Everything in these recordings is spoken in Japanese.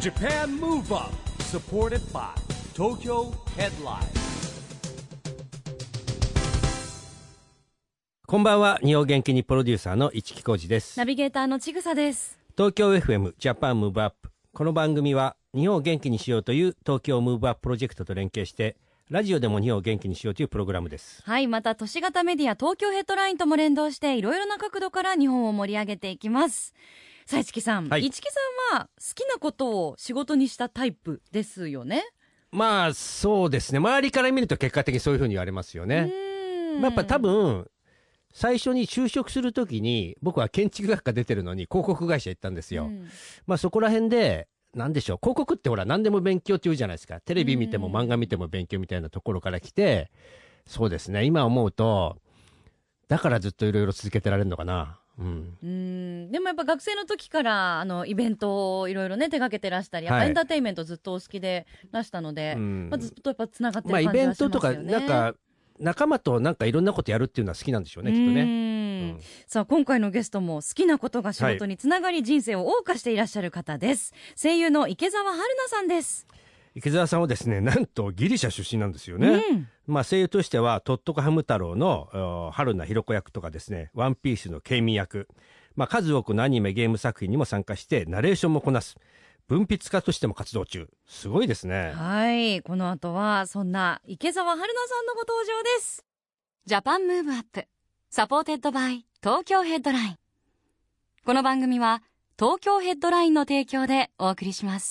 Japan Move Up supported by Tokyo Headline。 こんばんは。日本元気にプロデューサーの市木浩司です。 ナビゲーターのちぐさです。 東京 FM ジャパンムーブアップ。この番組は日本を元気にしようという東京ムーブアッププロジェクトと連携してラジオでも日本を元気にしようというプログラムです。 はい、また都市型メディア東京ヘッドラインとも連動していろいろな角度から日本を盛り上げていきます。さあ市木さん、市木さんは好きなことを仕事にしたタイプですよね。 まあそうですね。周りから見ると結果的にそういうふうに言われますよね。やっぱ多分最初に就職するときに僕は建築学科出てるのに広告会社行ったんですよ。まあそこら辺でなんでしょう、広告ってほら何でも勉強って言うじゃないですか。テレビ見ても漫画見ても勉強みたいなところから来て、そうですね、今思うとだからずっといろいろ続けてられるのかな。 でもやっぱ学生の時からイベントをいろいろね手掛けてらしたり、やっぱエンターテインメントずっとお好きでらしたので、ずっとやっぱつながってる感じはしますよね。 イベントとかなんか仲間となんかいろんなことやるっていうのは好きなんでしょうね、きっとね。 さあ今回のゲストも好きなことが仕事につながり、人生を謳歌していらっしゃる方です。声優の池澤春菜さんです。 池澤さんはですね、なんとギリシャ出身なんですよね。まあ声優としてはとっとこハム太郎の春名弘子役とかですね、ワンピースのケイミ役、まあ数多くのアニメゲーム作品にも参加してナレーションもこなす文筆家としても活動中。すごいですね。 はい、この後はそんな池澤春菜さんのご登場です。ジャパンムーブアップサポーテッドバイ東京ヘッドライン。この番組は東京ヘッドラインの提供でお送りします。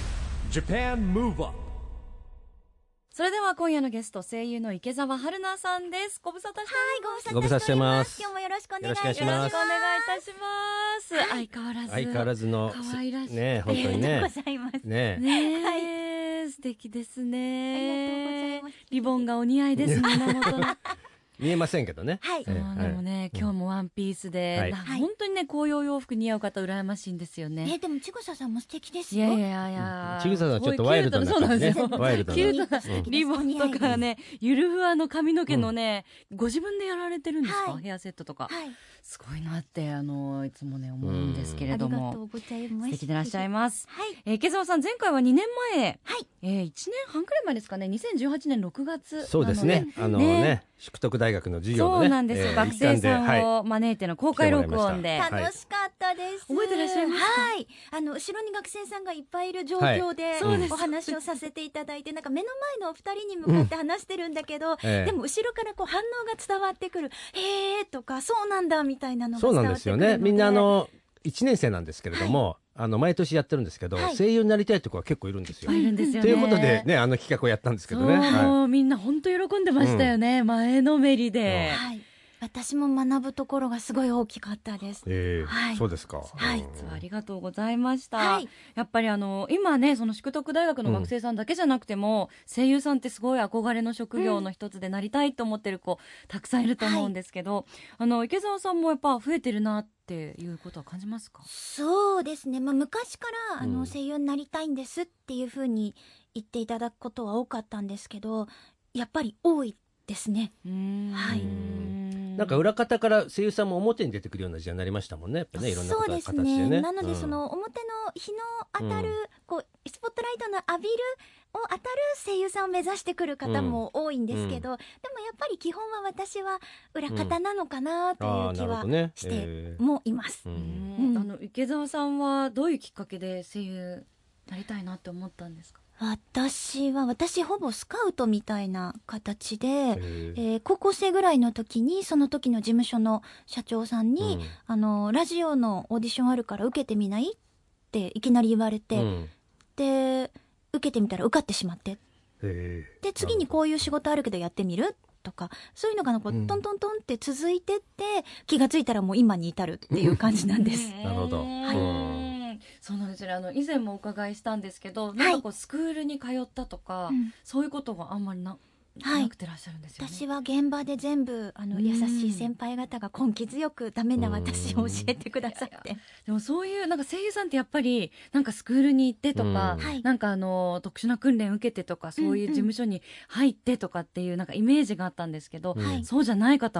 Japan Move Up。 それでは今夜のゲスト、声優の池澤春菜さんです。ご無沙汰しております。 ご無沙汰してます。 今日もよろしくお願いします。 よろしくお願いいたします。相変わらずの可愛らしいね、本当にね。 ありがとうございます。 ね、素敵ですね。 ありがとうございます。 リボンがお似合いですね。 見えませんけどね。 はい。 でもね、今日もワンピースで、本当にね、紅葉洋服似合う方羨ましいんですよね。 でもちぐささんも素敵ですよ。 いやちぐささんはちょっとワイルドな感じね。ワイルドなキュートなリボンとかね、ゆるふわの髪の毛のね、ご自分でやられてるんですか？ヘアセットとか。すごいなっていつもね思うんですけれども。 ありがとうございます。 素敵でいらっしゃいます。池澤さん、前回は2年前、1年半くらい前ですかね、2018年6月。 そうですね。淑徳大学の授業のね。 そうなんです。学生さんを招いての公開録音で。 楽しかったです。 覚えてらっしゃいますか？ はい。後ろに学生さんがいっぱいいる状況でお話をさせていただいて、なんか目の前のお二人に向かって話してるんだけど、でも後ろからこう反応が伝わってくる。へーとか、そうなんだみたいなのが伝わってくるので。 そうなんですよね。みんな1年生なんですけれども、毎年やってるんですけど、声優になりたいとこは結構いるんですよ。 いるんですよね。 ということでね、企画をやったんですけどね。 もうみんな本当喜んでましたよね。前のめりで。 私も学ぶところがすごい大きかったです。 そうですか。 いつもありがとうございました。やっぱり今ね、その淑徳大学の学生さんだけじゃなくても、声優さんってすごい憧れの職業の一つでなりたいと思ってる子たくさんいると思うんですけど、池澤さんもやっぱ増えてるなっていうことは感じますか？ そうですね。昔から声優になりたいんですっていうふうに言っていただくことは多かったんですけど、やっぱり多いですね。 なんか裏方から声優さんも表に出てくるような時代になりましたもんね。やっぱね、いろんなことが形でね。 なのでその表の日の当たるスポットライトの浴びるを当たる声優さんを目指してくる方も多いんですけど、でもやっぱり基本は私は裏方なのかなという気はしてもいます。 池澤さんはどういうきっかけで声優なりたいなって思ったんですか？ 私ほぼスカウトみたいな形で、高校生ぐらいの時にその時の事務所の社長さんに、ラジオのオーディションあるから受けてみないっていきなり言われて、で受けてみたら受かってしまって、で次にこういう仕事あるけどやってみるとか、そういうのがトントントンって続いてって、気がついたらもう今に至るっていう感じなんです。 なるほど。 そうなんですね。以前もお伺いしたんですけど、なんかスクールに通ったとか、そういうことがあんまりなくてらっしゃるんですよね。 私は現場で全部優しい先輩方が根気強くダメな私を教えてくださって。 でもそういうなんか声優さんってやっぱりなんかスクールに行ってとか、なんか特殊な訓練受けてとか、そういう事務所に入ってとかっていうなんかイメージがあったんですけど、そうじゃない方も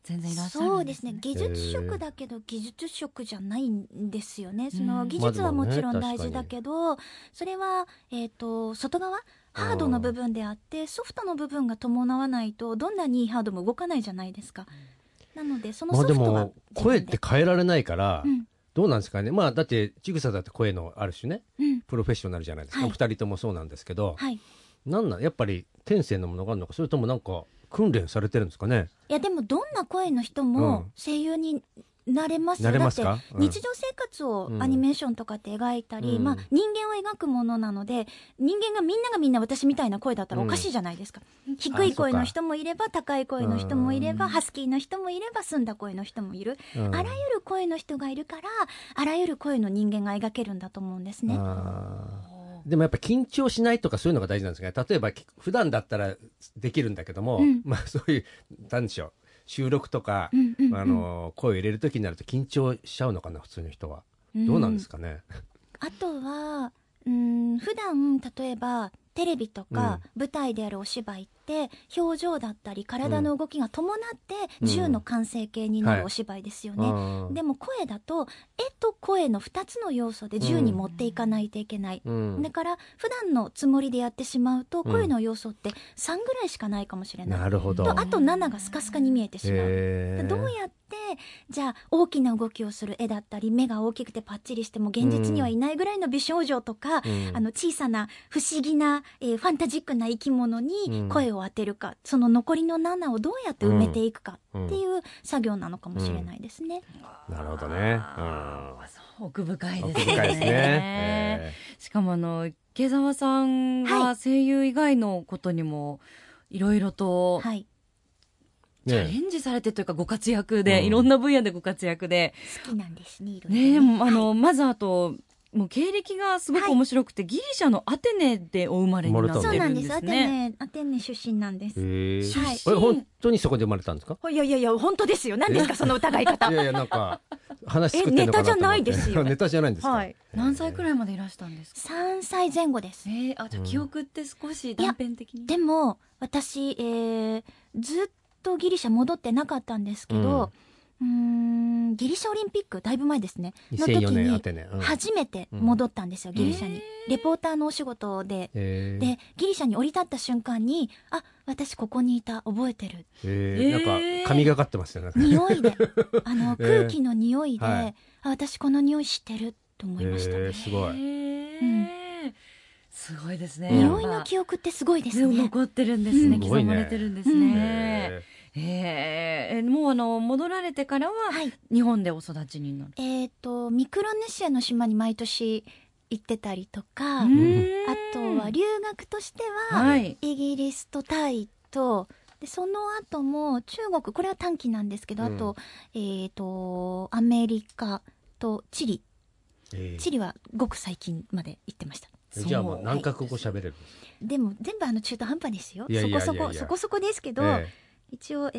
全然いらっしゃるんですね。 そうですね。技術職だけど技術職じゃないんですよね。その技術はもちろん大事だけど、それは外側ハードの部分であってソフトの部分が伴わないとどんなにいいハードも動かないじゃないですか。なのでそのソフトはまあでも声って変えられないから、 うんどうなんですかね。まあだってちぐさだって声のある種ね、 うんプロフェッショナルじゃないですか。 はい二人ともそうなんですけど、 はい。 やっぱり天性のものがあるのか、それともなんか訓練されてるんですかね。 いやでもどんな声の人うもん声優になれますよ。 なれますかだって日常生活をアニメーションとかって描いたり、 うんまあ、人間を描くものなので人間がみんな私みたいな声だったらおかしいじゃないですか、低い声の人もいれば高い声の人もいれば、ハスキーな人もいれば澄んだ声の人もいる、 うんあらゆる声の人がいるからあらゆる声の人間が描けるんだと思うんですね。 でもやっぱ緊張しないとかそういうのが大事なんですが、例えば普段だったらできるんだけども、 うんまあそういうなんでしょう、収録とか、 うんうんうん声を入れる時になると緊張しちゃうのかな、普通の人は。どうなんですかね。 あとは普段例えばテレビとか舞台であるお芝居って表情だったり体の動きが伴って10の完成形になるお芝居ですよね、でも声だと絵と声の2つの要素で10に持っていかないといけない、だから普段のつもりでやってしまうと声の要素って3ぐらいしかないかもしれない、 なるほど。 とあと7がスカスカに見えてしまう、どうやってじゃあ大きな動きをする絵だったり目が大きくてパッチリしても現実にはいないぐらいの美少女とか、小さな不思議な、ファンタジックな生き物に声を当てるか、その残りの7をどうやって埋めていくかっていう作業なのかもしれないですね、 なるほどね。 奥深いですね。 奥深いですね。 しかも池澤さんは声優以外のことにもいろいろと、 はいチャレンジされてというかご活躍で、いろんな分野でご活躍で、 好きなんですね、いろいろね。 まずあともう経歴がすごく面白くて、ギリシャのアテネでお生まれになってそうるなんですす。 んでね。 アテネ出身なんです。 はい。 出身本当にそこで生まれたんですか。 いや本当ですよ。何ですかその疑い方。 いやなんか話作ってるのかなと思って。 ネタじゃないですよネタじゃないんですか。 はい。 何歳くらいまでいらしたんですか。 3歳前後です。 じゃあ記憶って少し断片的に。 でも私、ずっとギリシャ戻ってなかったんですけど、ギリシャオリンピックだいぶ前ですねの時 2004年アテにネ、 初めて戻ったんですよ、ギリシャに。レポーターのお仕事で、でギリシャに降り立った瞬間に私ここにいた、覚えてる、 なんか神がかってますよね。 匂いで空気の匂いで、私この匂い知ってると思いましたね。 すごい。 すごいですね。 匂いの記憶ってすごいですね。 残ってるんですね。刻まれてるんですね。もう戻られてからは日本でお育ちになる。 ミクロネシアの島に毎年行ってたりとか、あとは留学としてはイギリスとタイと、でその後も中国、これは短期なんですけど、あとアメリカとチリ、チリはごく最近まで行ってました。 じゃあもう何カ国語喋れるんですか。 でも全部中途半端ですよ。そこそこですけど、一応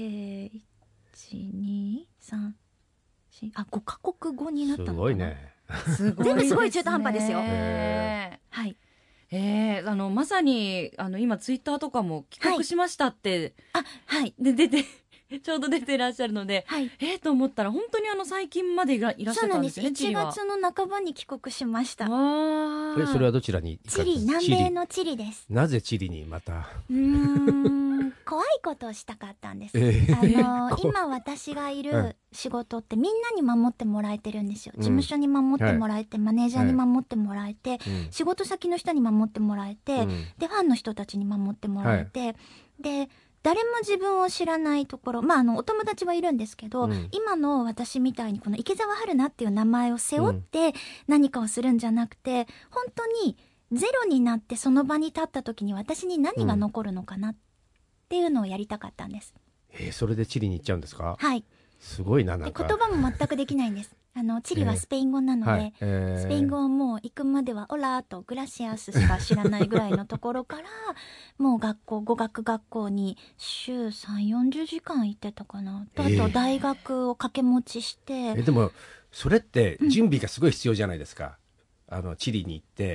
1、2、3、4、5カ国語になったのかな。 すごいね。 全部すごい中途半端ですよ。 はい。まさに今ツイッターとかも帰国しましたって、で出てちょうど出ていらっしゃるので、と思ったら本当に最近までいらっしゃったんですよね。 1月の半ばに帰国しました。 それはどちらに行かれたんですか。 チリ、南米のチリです。 なぜチリにまた。 怖いことをしたかったんです。今私がいる仕事ってみんなに守ってもらえてるんですよ。事務所に守ってもらえて、マネージャーに守ってもらえて、仕事先の人に守ってもらえて、でファンの人たちに守ってもらえて、で誰も自分を知らないところ、お友達はいるんですけど、今の私みたいにこの池澤春菜っていう名前を背負って何かをするんじゃなくて、本当にゼロになってその場に立った時に私に何が残るのかなっていうのをやりたかったんです。 それでチリに行っちゃうんですか。 はい。 すごいな。なんか言葉も全くできないんです。チリはスペイン語なので、スペイン語はもう行くまではオラーとグラシアスしか知らないぐらいのところからもう語学学校に週3、40時間行ってたかな。あと大学を掛け持ちして、 でもそれって準備がすごい必要じゃないですか。チリに行って、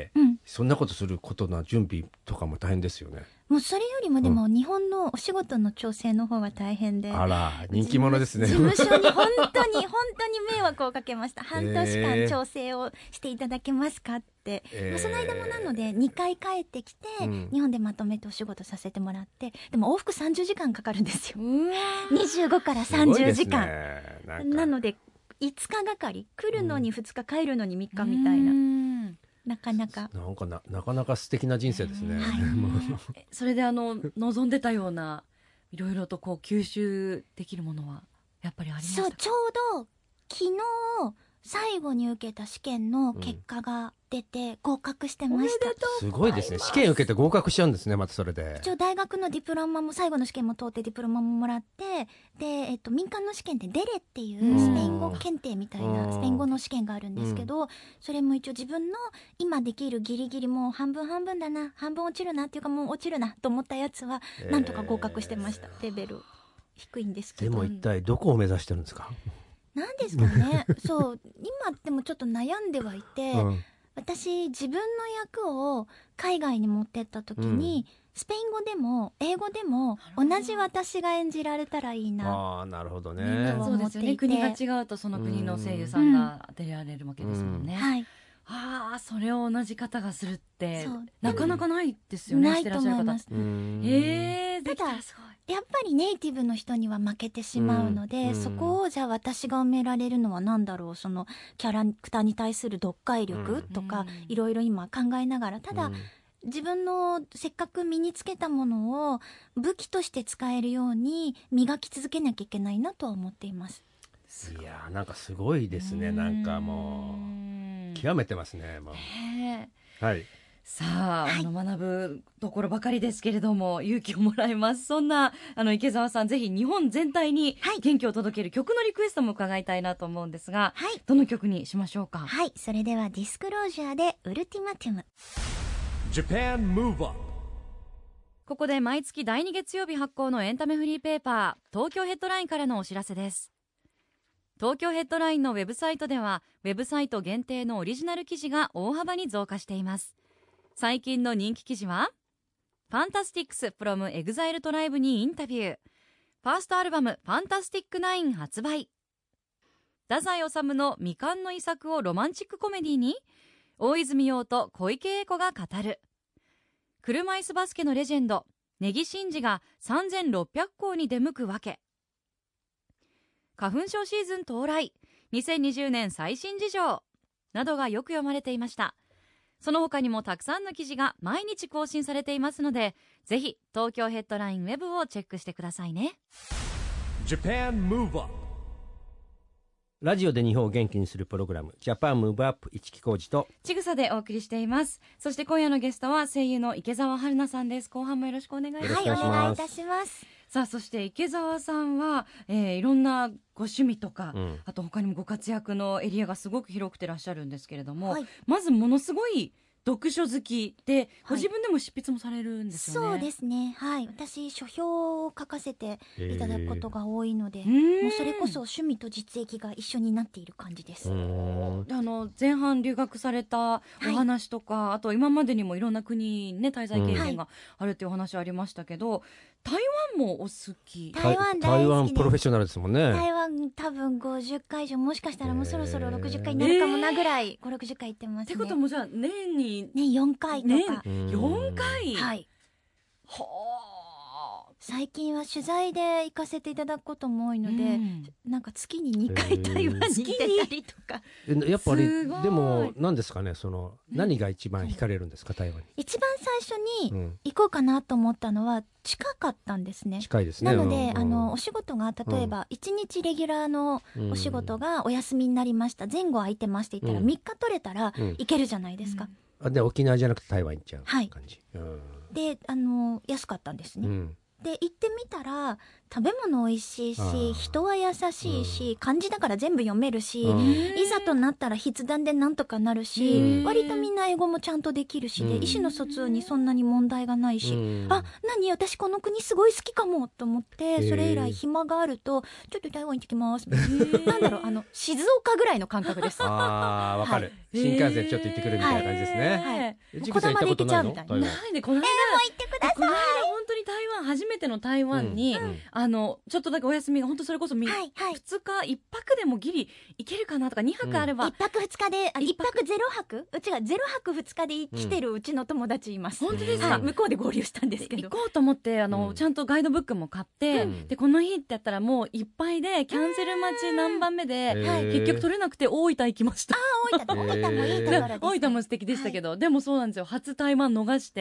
そんなことすることの準備とかも大変ですよね。 もうそれよりもでも日本のお仕事の調整の方が大変で、 あら人気者ですね。 事務所に本当に迷惑をかけました。半年間調整をしていただけますかって、その間もなので2回帰ってきて、日本でまとめてお仕事させてもらって、でも往復30時間かかるんですよ。25から30時間、なので5日がかり、来るのに2日帰るのに3日みたいな、なかなか素敵な人生ですね。 それで望んでたようないろいろとこう吸収できるものはやっぱりありましたか？ そう、ちょうど昨日最後に受けた試験の結果が出て合格してました。 すごいですね。試験受けて合格しちゃうんですね。またそれで一応大学のディプロマも最後の試験も通ってディプロマももらって、で、民間の試験でデレっていうスペイン語検定みたいなスペイン語の試験があるんですけど、それも一応自分の今できるギリギリもう半分半分だな、半分落ちるなっていうかもう落ちるなと思ったやつはなんとか合格してました。レベル低いんですけど。 でも一体どこを目指してるんですか？ なんですかね。そう今でもちょっと悩んではいて、私自分の役を海外に持ってった時に、スペイン語でも英語でも同じ私が演じられたらいいな。 なるほどね。 そうですよね。国が違うとその国の声優さんが出られるわけですもんね。 はい。 それを同じ方がするってなかなかないですよね。 ないと思います。 できたらすごい。 やっぱりネイティブの人には負けてしまうので、そこをじゃあ私が埋められるのは何だろう、そのキャラクターに対する読解力とか、いろいろ今考えながら、ただ、自分のせっかく身につけたものを武器として使えるように磨き続けなきゃいけないなとは思っています。 いやなんかすごいですね。なんかもう極めてますね。もうはい。 さあ、学ぶところばかりですけれども勇気をもらいます。そんな池澤さん、ぜひ日本全体に元気を届ける曲のリクエストも伺いたいなと思うんですが、どの曲にしましょうか？ はい、それではディスクロージャーでウルティマティム。 Japan Move Up。 ここで毎月第2月曜日発行のエンタメフリーペーパー東京ヘッドラインからのお知らせです。東京ヘッドラインのウェブサイトではウェブサイト限定のオリジナル記事が大幅に増加しています。最近の人気記事はファンタスティックス from EXILE TRIBEにインタビュー、ファーストアルバムファンタスティック9発売、太宰治の未完の遺作をロマンチックコメディに大泉洋と小池栄子が語る、車椅子バスケのレジェンド根木慎志が3600校に出向くわけ、花粉症シーズン到来2020年最新事情などがよく読まれていました。その他にもたくさんの記事が毎日更新されていますので、ぜひ東京ヘッドラインウェブをチェックしてくださいね。 Japan Move Up。 ラジオで日本を元気にするプログラムジャパンムーブアップ、市木浩二とちぐさでお送りしています。そして今夜のゲストは声優の池澤春菜さんです。後半もよろしくお願いします。 はい、お願いいたします。 さあ、そして池澤さんは、いろんなご趣味とか、あと他にもご活躍のエリアがすごく広くてらっしゃるんですけれども、まずものすごい読書好きで、ご自分でも執筆もされるんですよね。 そうですね。はい。私書評を書かせていただくことが多いので、もうそれこそ趣味と実益が一緒になっている感じです。 前半留学されたお話とか、あと今までにもいろんな国ね滞在経験があるっていうお話ありましたけど、台湾もお好き？ 台湾大好きです。 台湾プロフェッショナルですもんね。 台湾多分50回以上、もしかしたらもうそろそろ60回になるかもなぐらい、5、60回行ってますね。 ってこともじゃあ年に 4回とか。 4回。 はい。 はあ。 最近は取材で行かせていただくことも多いので、なんか月に2回台湾に行ってたりとか。 やっぱりでも何ですかね、その何が一番惹かれるんですか、台湾に。 一番最初に行こうかなと思ったのは近かったんですね。 近いですね。 なので、お仕事が例えば1日レギュラーのお仕事がお休みになりました、前後空いてまして言ったら3日取れたら行けるじゃないですか。 で沖縄じゃなくて台湾行っちゃう感じ。 で安かったんですね。で行ってみたら食べ物美味しいし、人は優しいし、漢字だから全部読めるし、いざとなったら筆談でなんとかなるし、割とみんな英語もちゃんとできるしで、意思の疎通にそんなに問題がないし、何私この国すごい好きかもと思って、それ以来暇があると、ちょっと台湾行ってきます。なんだろう、静岡ぐらいの感覚です。 わかる。新幹線ちょっと行ってくるみたいな感じですね。 こだまで行けちゃうみたいな。 ないで、この間。もう行ってください。 この間本当に台湾、初めての台湾に、ちょっとだけお休みが、本当それこそ2日、1泊でもギリ行けるかなとか、2泊あれば。 1泊2日で、1泊0泊うちが0泊2日で来てるうちの友達います。 本当ですか？ 向こうで合流したんですけど。 行こうと思って、ちゃんとガイドブックも買って、で、この日ってやったらもういっぱいで、キャンセル待ち何番目で、結局取れなくて大分行きました。 大分もいいところです。 大分も素敵でしたけど、でもそうなんですよ。初台湾逃して、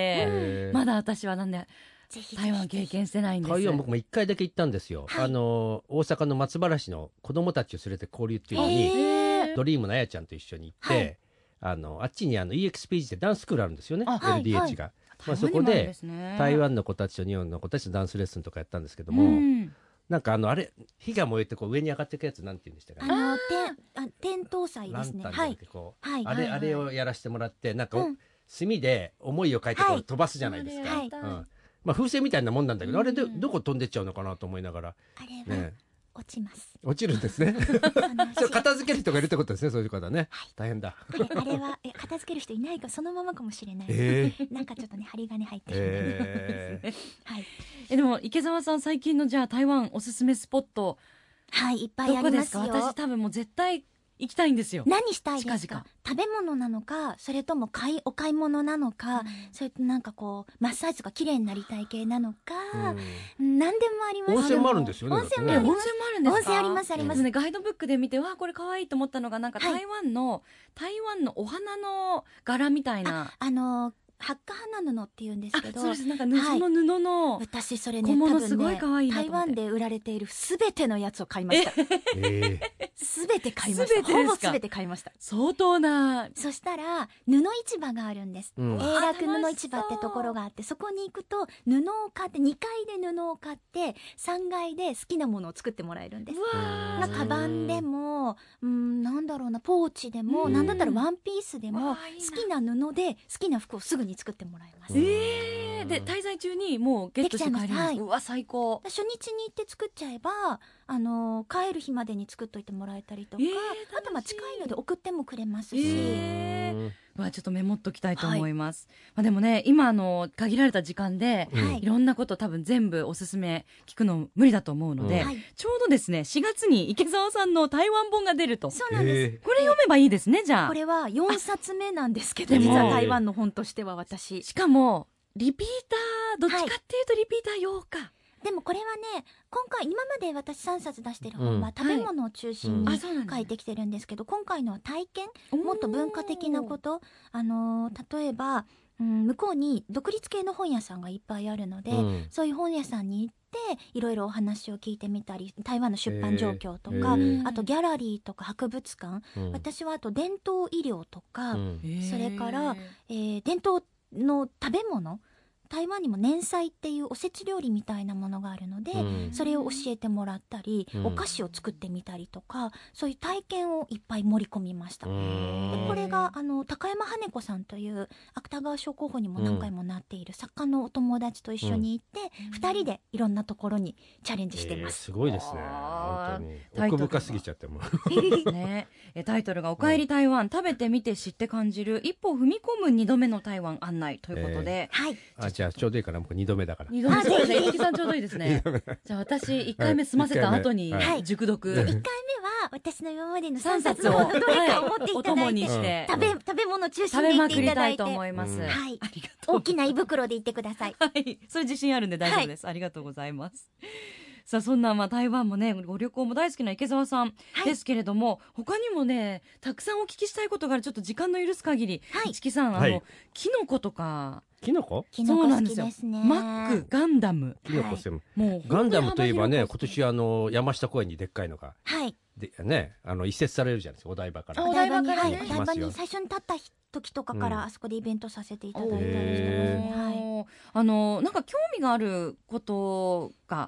まだ私はなんで、台湾経験してないんです。 台湾僕も1回だけ行ったんですよ。大阪の松原市の子供たちを連れて交流っていうのに、ドリームのあやちゃんと一緒に行って、あっちにEXPG ってダンススクールあるんですよね、LDH が。そこで台湾の子たちと日本の子たちとダンスレッスンとかやったんですけども、なんかあれ火が燃えてこう上に上がっていくやつなんて言うんでしたかね。 点灯祭ですね。 あれをやらせてもらって、なんか墨で思いを書いてこう飛ばすじゃないですか。まあ風船みたいなもんなんだけど、あれでどこ飛んでっちゃうのかなと思いながら。 あれは落ちます。 落ちるんですね。それ片付ける人がいるってことですね、そういう方ね。大変だ。 あれは片付ける人いないか、そのままかもしれない。なんかちょっとね、針金入ってる。 はい。でも池澤さん、最近のじゃあ台湾おすすめスポット、 いっぱいありますよ。 私多分もう絶対行きたいんですよ。 何したいですか？食べ物なのか、それともお買い物なのか、それとなんかこうマッサージとか綺麗になりたい系なのか、何でもあります。 温泉もあるんですよね。 温泉もあるんですか？ 温泉ありますあります。 ガイドブックで見て、これ可愛いと思ったのが、なんか台湾のお花の柄みたいな。 ハッカ花布って言うんですけど、 そうです。なんかその布の私それね、 小物すごい可愛いなと思って。 台湾で売られているすべてのやつを買いました。すべて買いました。ほぼすべて買いました。 相当な。 そしたら布市場があるんです。永楽布市場ってところがあって、そこに行くと布を買って、2階で布を買って3階で好きなものを作ってもらえるんです。カバンでも、なんだろうな、ポーチでも、なんだったらワンピースでも、好きな布で好きな服をすぐに作ってもらいます。 で滞在中にもうゲットして帰ります。うわ、最高。 初日に行って作っちゃえば、帰る日までに作っといてもらえたりとか、あと近いので送ってもくれますし、 ちょっとメモっときたいと思います。でもね、今限られた時間で、いろんなこと多分全部おすすめ聞くの無理だと思うので、ちょうどですね、4月に池澤さんの台湾本が出ると。 そうなんです。 これ読めばいいですね。じゃあこれは4冊目なんですけど、実は台湾の本としては私。 しかもリピーター、どっちかっていうとリピーター用か。 でもこれはね、今まで私3冊出してる本は食べ物を中心に書いてきてるんですけど、今回のは体験、もっと文化的なこと、例えば、向こうに独立系の本屋さんがいっぱいあるので、そういう本屋さんに行っていろいろお話を聞いてみたり、台湾の出版状況とか、あとギャラリーとか博物館、私はあと伝統医療とか、それから、伝統の食べ物、台湾にも年菜っていうおせち料理みたいなものがあるので、それを教えてもらったり、お菓子を作ってみたりとか、そういう体験をいっぱい盛り込みました。でこれが高山羽子さんという芥川賞候補にも何回もなっている作家のお友達と一緒に行って、2人でいろんなところにチャレンジしてます。 すごいですね。本当に奥深すぎちゃってもね。タイトルがおかえり台湾、食べてみて知って感じる一歩踏み込む2度目の台湾案内ということで、 じゃあちょうどいいかな、僕2度目だから。 2度目ですね。池さんちょうどいいですね。じゃあ私1回目済ませた後に熟読。 1回目は私の今までの3冊をどれかを持っていただいて、食べ物中心で行っていただいて、 食べまくりたいと思います。 大きな胃袋で行ってください。 はい、それ自信あるんで大丈夫です。ありがとうございます。さあ、そんな台湾もね、ご旅行も大好きな池澤さんですけれども、他にもね、たくさんお聞きしたいことがある。ちょっと時間の許す限り、市木さん、キノコとか。 キノコ？ キノコ好きですね。 マック、ガンダム。 キノコ専門。もうガンダムといえばね、今年山下公園にでっかいのが。でね、移設されるじゃないですか、お台場から。 お台場からね、お台場に最初に立った時とかからあそこでイベントさせていただいたりしてますね。 なんか興味があることが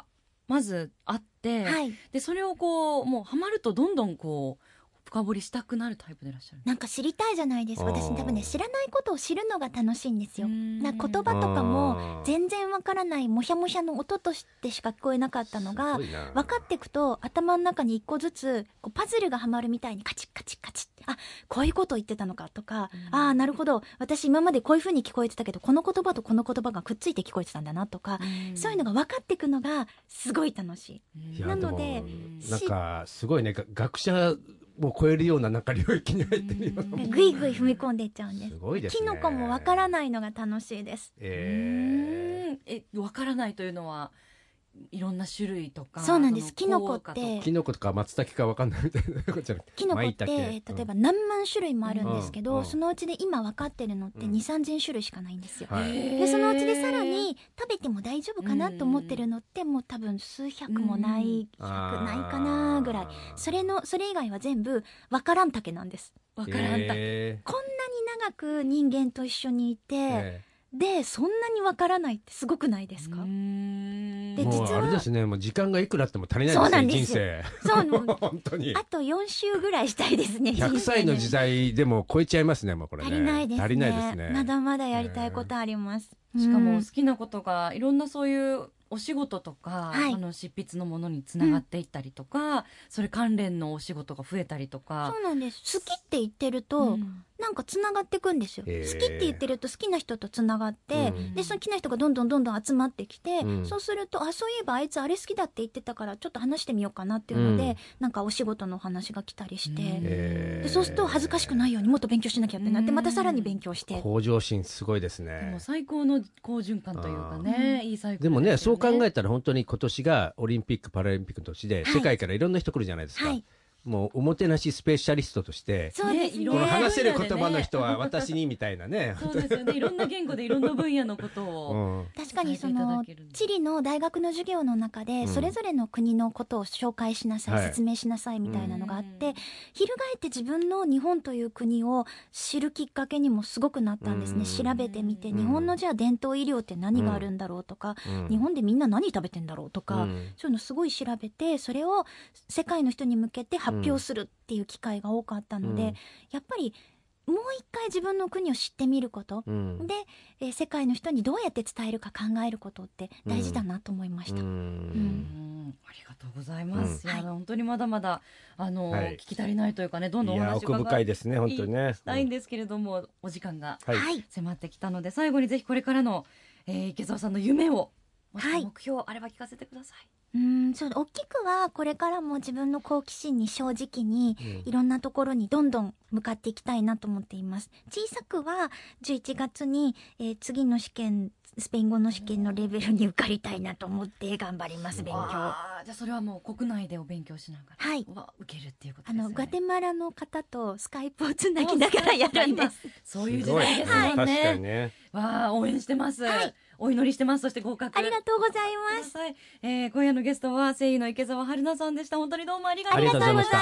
まずあって、 はい、 でそれをこうもうハマるとどんどんこう深掘りしたくなるタイプでいらっしゃる。 なんか知りたいじゃないですか。私多分ね、知らないことを知るのが楽しいんですよ。なんか言葉とかも全然わからないもしゃもしゃの音としてしか聞こえなかったのが、分かっていくと頭の中に一個ずつこうパズルがはまるみたいにカチッカチッカチッ、あ、こういうことを言ってたのかとか、ああなるほど、私今までこういう風に聞こえてたけどこの言葉とこの言葉がくっついて聞こえてたんだなとか、そういうのが分かっていくのがすごい楽しい。なのでなんかすごいね、学者もう超えるようななんか領域に入ってるような、 ぐいぐい踏み込んでいっちゃうんです。 すごいですね。 キノコもわからないのが楽しいです。 わからないというのはいろんな種類とか。 そうなんです。キノコってキノコとか松茸かわかんないみたいなことじゃなくて、 キノコって例えば何万種類もあるんですけど、そのうちで今分かってるのって2、3000種類しかないんですよ。でそのうちでさらに食べても大丈夫かなと思ってるのってもう多分数百もない、100ないかなぐらい。それ以外は全部分からん竹なんです。 分からん竹。こんなに長く人間と一緒にいて、でそんなにわからないってすごくないですか？でもうあれですね、もう時間がいくらあっても足りないですね、人生。そう本当に。 あと4週ぐらいしたいですね。 100歳の時代でも超えちゃいますね、もうこれね。 足りないですね。 足りないですね。 まだまだやりたいことあります。 しかも好きなことがいろんなそういうお仕事とか、執筆のものにつながっていったりとか、それ関連のお仕事が増えたりとか。 そうなんです。好きって言ってると、なんかつながってくんですよ。好きって言ってると好きな人とつながって、でその好きな人がどんどん集まってきて、そうするとそういえばあいつあれ好きだって言ってたからちょっと話してみようかなっていうので、なんかお仕事の話が来たりして、でそうすると恥ずかしくないようにもっと勉強しなきゃってなって、またさらに勉強して。 向上心すごいですね。 もう最高の好循環というかね、いいサイクルでもね、そう考えたら本当に今年がオリンピック・パラリンピックの年で、世界からいろんな人来るじゃないですか。もうおもてなしスペシャリストとして、 そうですね、 この話せる言葉の人は私にみたいなね。 そうですよね。いろんな言語でいろんな分野のことを、 確かにその地理の大学の授業の中でそれぞれの国のことを紹介しなさい、説明しなさいみたいなのがあって、翻って自分の日本という国を知るきっかけにもすごくなったんですね。調べてみて、日本のじゃあ伝統医療って何があるんだろうとか、日本でみんな何食べてんだろうとか、そういうのすごい調べて、それを世界の人に向けて発表するっていう機会が多かったので、やっぱりもう一回自分の国を知ってみること、で、世界の人にどうやって伝えるか考えることって大事だなと思いました。ありがとうございます。本当にまだまだ聞き足りないというかね、どんどんお話を奥深いですね、本当にね。 したいんですけれども、お時間が迫ってきたので、最後にぜひこれからの池澤さんの夢を、目標あれば聞かせてください。 そう大きくはこれからも自分の好奇心に正直にいろんなところにどんどん向かっていきたいなと思っています。小さくは11月に、次の試験、スペイン語の試験のレベルに受かりたいなと思って頑張ります。勉強。 じゃあそれはもう国内でお勉強しながら、受けるっていうことですね。 グアテマラの方とスカイプをつなぎながらやるんです。 そういう時代ですよね。 確かにね。 応援してます。お祈りしてます。そして合格。 ありがとうございます。 今夜のゲストは声優の池澤春菜さんでした。本当にどうもありがとうございました。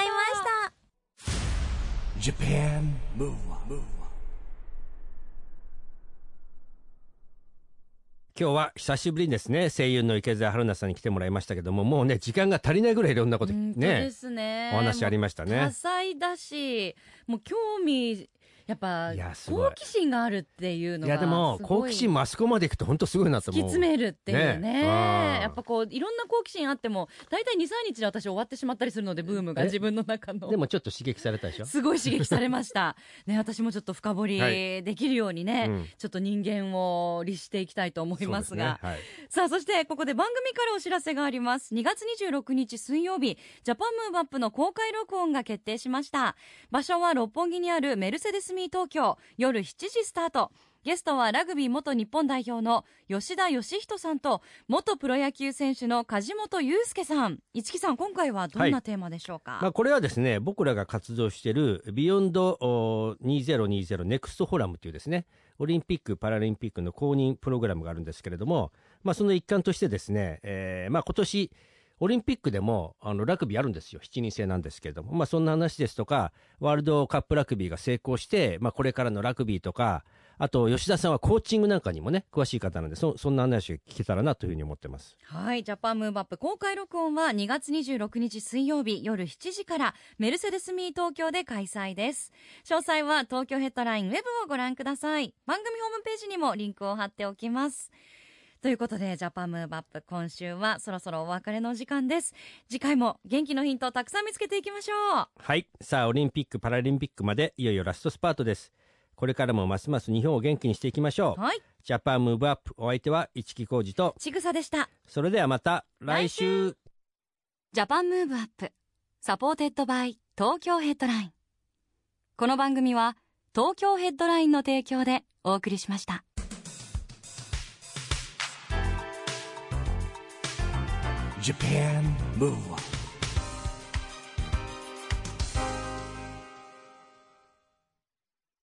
Japan Move Up。 今日は久しぶりにですね、声優の池澤春菜さんに来てもらいましたけども、もうね時間が足りないぐらいいろんなことね、お話ありましたね。 多彩だし、もう興味やっぱ好奇心があるっていうのが、 いやでも好奇心もあそこまでいくと本当すごいなと思う。 突き詰めるっていうね。やっぱこういろんな好奇心あっても大体 2,3 日で私終わってしまったりするので、ブームが自分の中の。 でもちょっと刺激されたでしょ。 すごい刺激されましたね。私もちょっと深掘りできるようにね、ちょっと人間を律していきたいと思いますが、さあそしてここで番組からお知らせがあります。2月26日水曜日、ジャパンムーブアップの公開録音が決定しました。場所は六本木にあるメルセデスミー東京、夜7時スタート。ゲストはラグビー元日本代表の吉田義人さんと、元プロ野球選手の梶本裕介さん。市木さん、今回はどんなテーマでしょうか？ これはですね、僕らが活動しているビヨンド2020ネクストフォラムというですね、オリンピック・パラリンピックの公認プログラムがあるんですけれども、その一環としてですね、今年オリンピックでもラグビーあるんですよ。7人制なんですけれども、そんな話ですとか、ワールドカップラグビーが成功して、これからのラグビーとか、 あと吉田さんはコーチングなんかにもね詳しい方なんで、そんな話が聞けたらなというふうに思ってます。 はい、ジャパンムーブアップ公開録音は2月26日水曜日夜7時からメルセデスミー東京で開催です。詳細は東京ヘッドラインウェブをご覧ください。番組ホームページにもリンクを貼っておきます。ということでジャパンムーブアップ、今週はそろそろお別れの時間です。次回も元気のヒントをたくさん見つけていきましょう。 はい、さあオリンピックパラリンピックまでいよいよラストスパートです。これからもますます日本を元気にしていきましょう。 はい、 ジャパンムーブアップ、お相手は市木浩二とちぐさでした。 それではまた来週。 ジャパンムーブアップサポーテッドバイ東京ヘッドライン。この番組は東京ヘッドラインの提供でお送りしました。 Japan Move Up